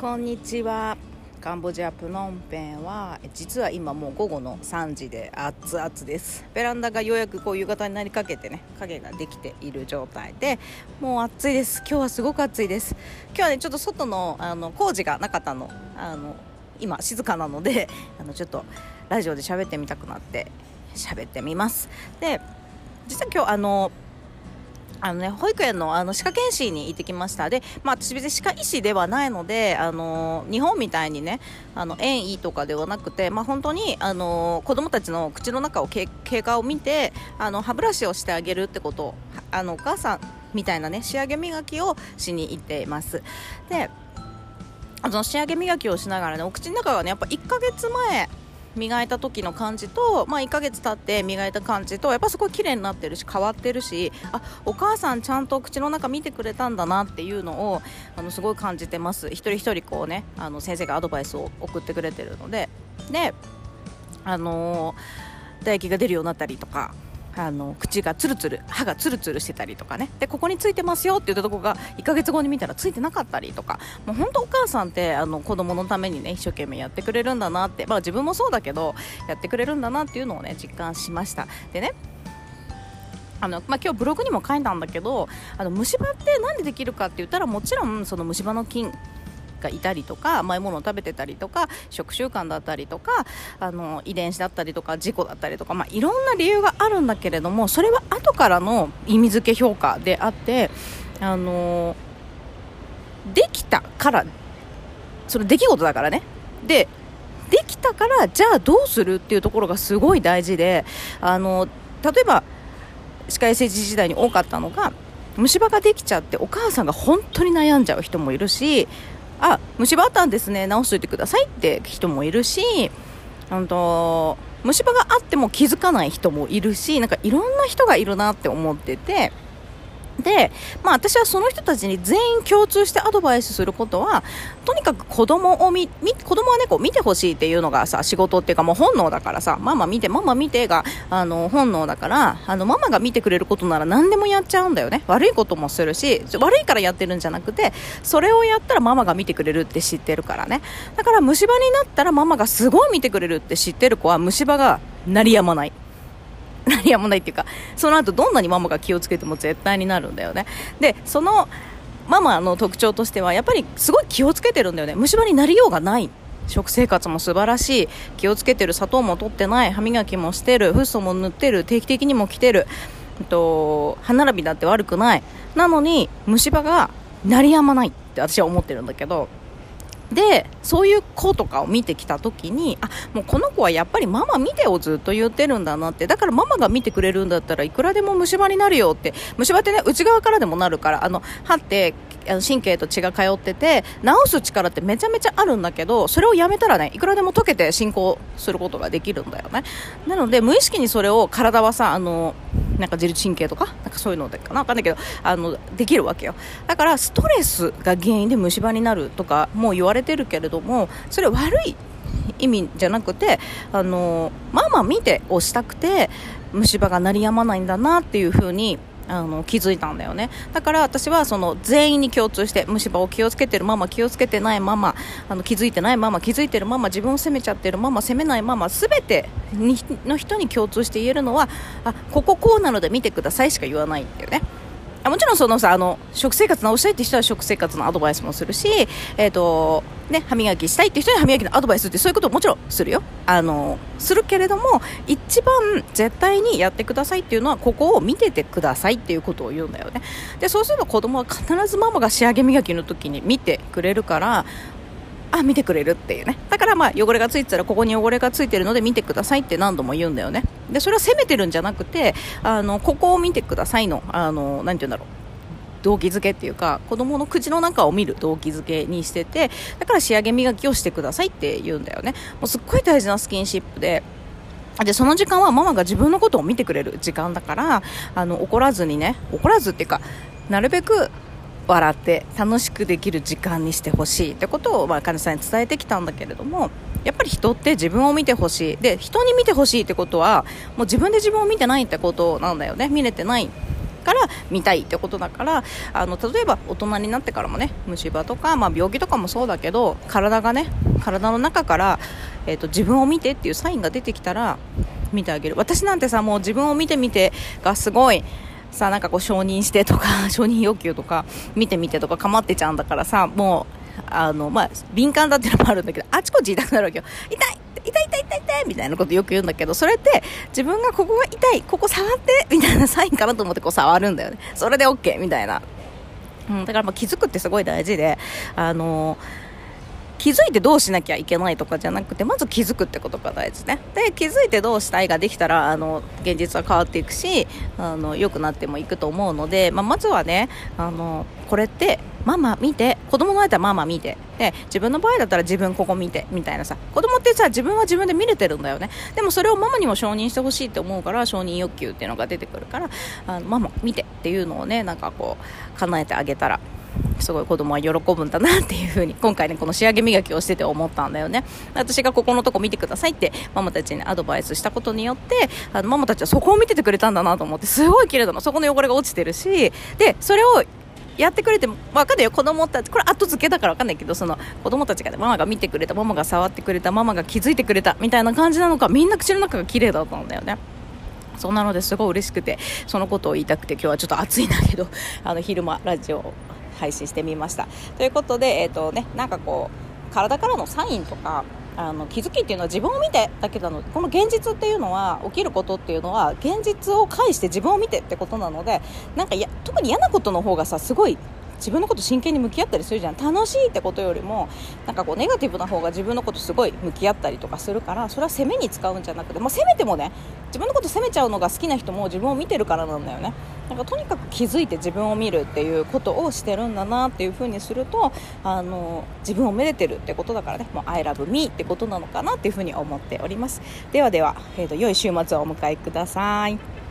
こんにちは。カンボジアプノンペンは実は今もう午後の3時で熱々です。ベランダがようやく夕方になりかけてね、影ができている状態で、もう暑いです。今日はすごく暑いです。今日はねちょっと外の工事がなかったの、今静かなのでちょっとラジオで喋ってみたくなって喋ってみます。で、実は今日保育園の歯科検診に行ってきました。で、私別に歯科医師ではないので、日本みたいにね園医とかではなくて、本当に子供たちの口の中を経過を見て歯ブラシをしてあげるってことをお母さんみたいなね仕上げ磨きをしに行っています。で、仕上げ磨きをしながらね、お口の中がねやっぱ1ヶ月前磨いた時の感じと、1ヶ月経って磨いた感じとやっぱすごい綺麗になってるし変わってるし、お母さんちゃんと口の中見てくれたんだなっていうのをすごい感じてます。一人一人こうね先生がアドバイスを送ってくれてるので、唾液が出るようになったりとか、口がツルツル、歯がツルツルしてたりとかね、でここについてますよって言ったところが1ヶ月後に見たらついてなかったりとか、もう本当お母さんって子供のためにね一生懸命やってくれるんだなって、自分もそうだけどやってくれるんだなっていうのをね実感しました。でね、今日ブログにも書いたんだけど、虫歯ってなんでできるかって言ったら、もちろんその虫歯の菌がいたりとか、甘いものを食べてたりとか、食習慣だったりとか、遺伝子だったりとか事故だったりとか、いろんな理由があるんだけれども、それは後からの意味付け評価であって、できたからそれ出来事だからね。できたからじゃあどうするっていうところがすごい大事で、例えば歯科衛生士時代に多かったのが、虫歯ができちゃってお母さんが本当に悩んじゃう人もいるし、虫歯あったんですね、直しといてくださいって人もいるし、虫歯があっても気づかない人もいるし、いろんな人がいるなって思ってて、で、私はその人たちに全員共通してアドバイスすることは、とにかく子供はねこう見てほしいっていうのがさ仕事っていうか、もう本能だからさ、ママ見てが本能だから、ママが見てくれることなら何でもやっちゃうんだよね。悪いこともするし、悪いからやってるんじゃなくて、それをやったらママが見てくれるって知ってるからね。だから虫歯になったらママがすごい見てくれるって知ってる子は虫歯が鳴り止まないっていうか、その後どんなにママが気をつけても絶対になるんだよね。で、そのママの特徴としてはやっぱりすごい気をつけてるんだよね。虫歯になりようがない、食生活も素晴らしい、気をつけてる、砂糖も取ってない、歯磨きもしてる、フッ素も塗ってる、定期的にも来てる、歯並びだって悪くない、なのに虫歯が鳴り止まないって私は思ってるんだけど、でそういう子とかを見てきた時に、もうこの子はやっぱりママ見てをずっと言ってるんだなって、だからママが見てくれるんだったらいくらでも虫歯になるよって。虫歯ってね内側からでもなるから、歯って神経と血が通ってて治す力ってめちゃめちゃあるんだけど、それをやめたらねいくらでも溶けて進行することができるんだよね。なので無意識にそれを体はさ自律神経とかそういうのでかな、分かんないけどできるわけよ。だからストレスが原因で虫歯になるとかもう言われてるけれども、それ悪い意味じゃなくて、ママ見てをしたくて虫歯が鳴り止まないんだなっていう風に気づいたんだよね。だから私はその全員に共通して、虫歯を気をつけてるママ、気をつけてないママ、気づいてないママ、気づいてるママ、自分を責めちゃってるママ、責めないママ、全ての人に共通して言えるのは、こうなので見てくださいしか言わないっていうね。もちろんそのさ食生活直したいって人は食生活のアドバイスもするし、歯磨きしたいって人に歯磨きのアドバイスって、そういうことももちろんするよ。するけれども、一番絶対にやってくださいっていうのは、ここを見ててくださいっていうことを言うんだよね。でそうすれば子供は必ずママが仕上げ磨きの時に見てくれるから、見てくれるっていうね。だから汚れがついてたら、ここに汚れがついてるので見てくださいって何度も言うんだよね。でそれは責めてるんじゃなくて、ここを見てくださいのなんて言うんだろう、動機づけっていうか、子供の口の中を見る動機づけにしてて、だから仕上げ磨きをしてくださいって言うんだよね。もうすっごい大事なスキンシップで、その時間はママが自分のことを見てくれる時間だから、怒らずっていうか、なるべく笑って楽しくできる時間にしてほしいってことを患者さんに伝えてきたんだけれども、やっぱり人って自分を見てほしいで、人に見てほしいってことはもう自分で自分を見てないってことなんだよね。見れてないから見たいってことだから、例えば大人になってからもね、虫歯とか、病気とかもそうだけど、体の中から、自分を見てっていうサインが出てきたら見てあげる。私なんてさ、もう自分を見てがすごいさ、なんかこう承認してとか承認欲求とか見てとか構ってちゃうんだからさ、もう敏感だっていうのもあるんだけど、あちこち痛くなるわけよ。痛いみたいなことよく言うんだけど、それって自分がここが痛い、ここ触ってみたいなサインかなと思ってこう触るんだよね。それで OK みたいな、だから気づくってすごい大事で、気づいてどうしなきゃいけないとかじゃなくて、まず気づくってことが大事ね。で、気づいてどうしたいができたら現実は変わっていくし、良くなってもいくと思うので、まずはね、これってママ見て、子供の間ママ見て、で自分の場合だったら自分ここ見てみたいなさ、子供ってさ、自分は自分で見れてるんだよね。でもそれをママにも承認してほしいって思うから、承認欲求っていうのが出てくるから、ママ見てっていうのをね、なんかこう叶えてあげたらすごい子供は喜ぶんだなっていう風に、今回ねこの仕上げ磨きをしてて思ったんだよね。私がここのとこ見てくださいってママたちにアドバイスしたことによって、ママたちはそこを見ててくれたんだなと思って、すごい綺麗だな、そこの汚れが落ちてるし、でそれをやってくれても分かるよ、子供たち、これ後付けだから分かんないけど、その子供たちが、ね、ママが見てくれた、ママが触ってくれた、ママが気づいてくれたみたいな感じなのか、みんな口の中が綺麗だったんだよね。そんなのですごい嬉しくて、そのことを言いたくて、今日はちょっと暑いんだけど昼間ラジオを配信してみました。ということで、なんかこう体からのサインとか気づきっていうのは自分を見てだけなので、この現実っていうのは、起きることっていうのは現実を介して自分を見てってことなので、なんか特に嫌なことの方がさ、すごい自分のこと真剣に向き合ったりするじゃん。楽しいってことよりもなんかこうネガティブな方が自分のことすごい向き合ったりとかするから、それは責めに使うんじゃなくて、責めてもね、自分のこと責めちゃうのが好きな人も自分を見てるからなんだよね。なんかとにかく気づいて自分を見るっていうことをしてるんだなっていう風にすると、自分をめでてるってことだからね、もう I love me ってことなのかなっていう風に思っております。ではでは、良い週末をお迎えください。